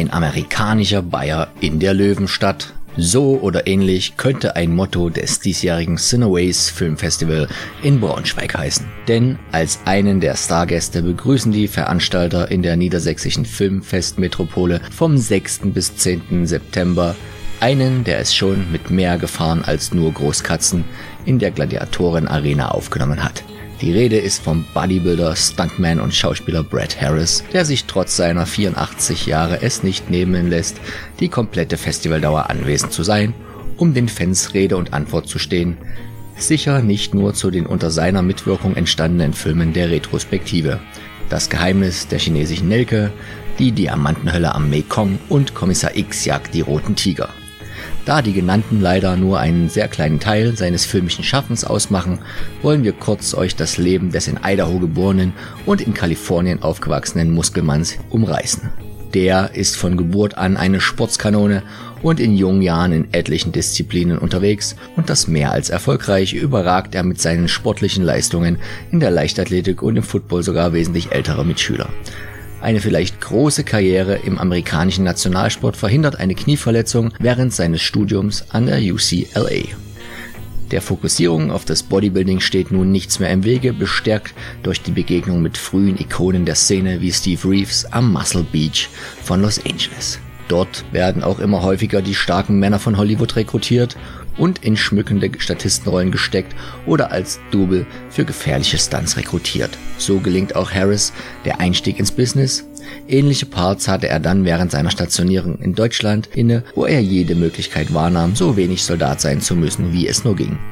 Ein amerikanischer Bayer in der Löwenstadt. So oder ähnlich könnte ein Motto des diesjährigen Cineways Filmfestival in Braunschweig heißen. Denn als einen der Stargäste begrüßen die Veranstalter in der niedersächsischen Filmfestmetropole vom 6. bis 10. September einen, der es schon mit mehr Gefahren als nur Großkatzen in der Gladiatoren-Arena aufgenommen hat. Die Rede ist vom Bodybuilder, Stuntman und Schauspieler Brad Harris, der sich trotz seiner 84 Jahre es nicht nehmen lässt, die komplette Festivaldauer anwesend zu sein, um den Fans Rede und Antwort zu stehen. Sicher nicht nur zu den unter seiner Mitwirkung entstandenen Filmen der Retrospektive. Das Geheimnis der chinesischen Nelke, die Diamantenhölle am Mekong und Kommissar X jagt die roten Tiger. Da die genannten leider nur einen sehr kleinen Teil seines filmischen Schaffens ausmachen, wollen wir kurz euch das Leben des in Idaho geborenen und in Kalifornien aufgewachsenen Muskelmanns umreißen. Der ist von Geburt an eine Sportskanone und in jungen Jahren in etlichen Disziplinen unterwegs und das mehr als erfolgreich überragt er mit seinen sportlichen Leistungen in der Leichtathletik und im Football sogar wesentlich ältere Mitschüler. Eine vielleicht große Karriere im amerikanischen Nationalsport verhindert eine Knieverletzung während seines Studiums an der UCLA. Der Fokussierung auf das Bodybuilding steht nun nichts mehr im Wege, bestärkt durch die Begegnung mit frühen Ikonen der Szene wie Steve Reeves am Muscle Beach von Los Angeles. Dort werden auch immer häufiger die starken Männer von Hollywood rekrutiert und in schmückende Statistenrollen gesteckt oder als Double für gefährliche Stunts rekrutiert. So gelingt auch Harris der Einstieg ins Business. Ähnliche Parts hatte er dann während seiner Stationierung in Deutschland inne, wo er jede Möglichkeit wahrnahm, so wenig Soldat sein zu müssen, wie es nur ging.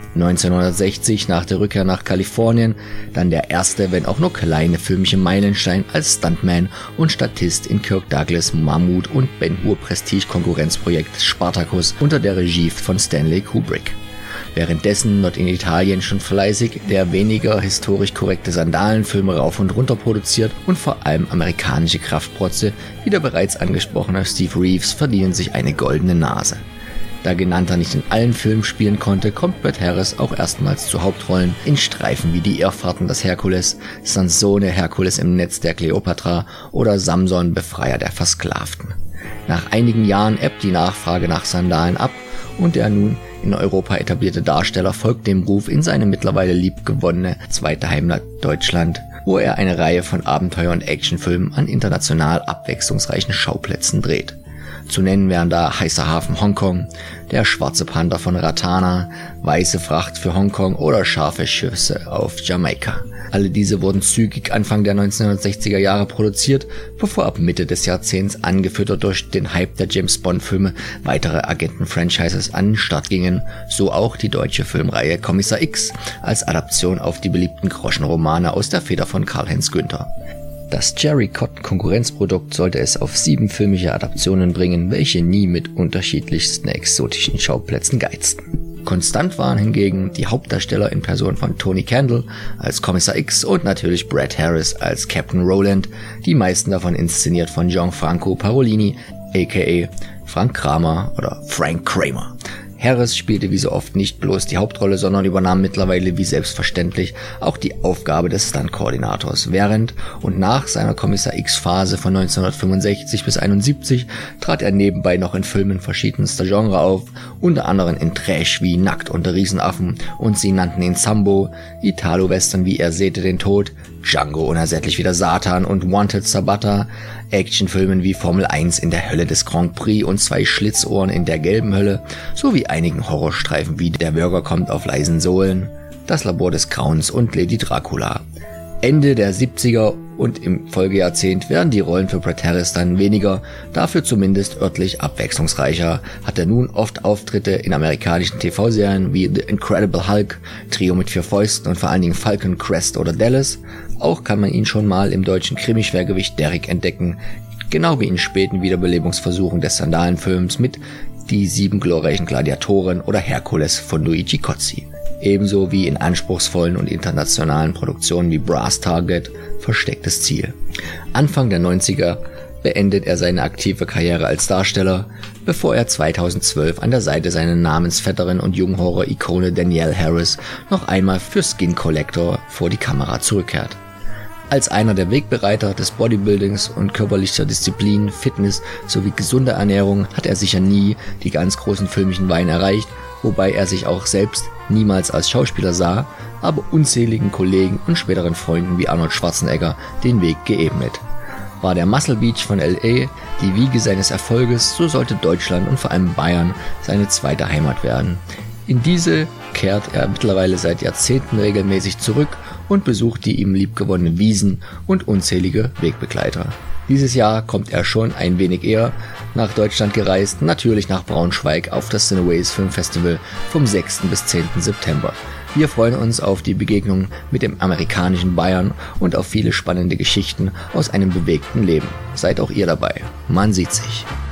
1960, nach der Rückkehr nach Kalifornien, dann der erste, wenn auch nur kleine filmische Meilenstein als Stuntman und Statist in Kirk Douglas' Mammut- und Ben-Hur Prestige-Konkurrenzprojekt Spartacus unter der Regie von Stanley Kubrick. Währenddessen wird in Italien schon fleißig der weniger historisch korrekte Sandalenfilme rauf und runter produziert und vor allem amerikanische Kraftprotze, wie der bereits angesprochene Steve Reeves, verdienen sich eine goldene Nase. Da Genannter nicht in allen Filmen spielen konnte, kommt Brad Harris auch erstmals zu Hauptrollen in Streifen wie Die Irrfahrten des Herkules, Sansone, Herkules im Netz der Kleopatra oder Samson, Befreier der Versklavten. Nach einigen Jahren ebbt die Nachfrage nach Sandalen ab und der nun in Europa etablierte Darsteller folgt dem Ruf in seine mittlerweile liebgewonnene zweite Heimat Deutschland, wo er eine Reihe von Abenteuer- und Actionfilmen an international abwechslungsreichen Schauplätzen dreht. Zu nennen wären da Heißer Hafen Hongkong, Der schwarze Panther von Ratana, Weiße Fracht für Hongkong oder Scharfe Schüsse auf Jamaika. Alle diese wurden zügig Anfang der 1960er Jahre produziert, bevor ab Mitte des Jahrzehnts, angefüttert durch den Hype der James-Bond-Filme, weitere Agenten-Franchises an den Start gingen, so auch die deutsche Filmreihe Kommissar X als Adaption auf die beliebten Groschenromane aus der Feder von Karl-Heinz Günther. Das Jerry Cotton Konkurrenzprodukt sollte es auf 7 filmische Adaptionen bringen, welche nie mit unterschiedlichsten exotischen Schauplätzen geizten. Konstant waren hingegen die Hauptdarsteller in Person von Tony Kendall als Kommissar X und natürlich Brad Harris als Captain Roland, die meisten davon inszeniert von Gianfranco Parolini, aka Frank Kramer oder Frank Kramer. Harris spielte wie so oft nicht bloß die Hauptrolle, sondern übernahm mittlerweile wie selbstverständlich auch die Aufgabe des Stunt-Koordinators. Während und nach seiner Kommissar X-Phase von 1965 bis 1971 trat er nebenbei noch in Filmen verschiedenster Genre auf, unter anderem in Trash wie Nackt unter Riesenaffen und Sie nannten ihn Sambo, Italo-Western wie Er säte den Tod, Django unersättlich wie der Satan und Wanted Sabata, Actionfilmen wie Formel 1 in der Hölle des Grand Prix und 2 Schlitzohren in der gelben Hölle, sowie einigen Horrorstreifen wie Der Bürger kommt auf leisen Sohlen, Das Labor des Grauens und Lady Dracula. Ende der 70er und im Folgejahrzehnt werden die Rollen für Brad Harris dann weniger, dafür zumindest örtlich abwechslungsreicher, hat er nun oft Auftritte in amerikanischen TV-Serien wie The Incredible Hulk, Trio mit 4 Fäusten und vor allen Dingen Falcon Crest oder Dallas. Auch kann man ihn schon mal im deutschen Krimi-Schwergewicht Derrick entdecken, genau wie in späten Wiederbelebungsversuchen des Sandalenfilms mit Die 7 glorreichen Gladiatoren oder Herkules von Luigi Cozzi. Ebenso wie in anspruchsvollen und internationalen Produktionen wie Brass Target, Verstecktes Ziel. Anfang der 90er beendet er seine aktive Karriere als Darsteller, bevor er 2012 an der Seite seiner Namensvetterin und Junghorror-Ikone Danielle Harris noch einmal für Skin Collector vor die Kamera zurückkehrt. Als einer der Wegbereiter des Bodybuildings und körperlicher Disziplin, Fitness sowie gesunder Ernährung hat er sicher nie die ganz großen filmischen Weihen erreicht, wobei er sich auch selbst niemals als Schauspieler sah, aber unzähligen Kollegen und späteren Freunden wie Arnold Schwarzenegger den Weg geebnet. War der Muscle Beach von LA die Wiege seines Erfolges, so sollte Deutschland und vor allem Bayern seine zweite Heimat werden. In diese kehrt er mittlerweile seit Jahrzehnten regelmäßig zurück und besucht die ihm liebgewonnenen Wiesn und unzählige Wegbegleiter. Dieses Jahr kommt er schon ein wenig eher nach Deutschland gereist, natürlich nach Braunschweig auf das Cineways Film Festival vom 6. bis 10. September. Wir freuen uns auf die Begegnung mit dem amerikanischen Bayern und auf viele spannende Geschichten aus einem bewegten Leben. Seid auch ihr dabei. Man sieht sich.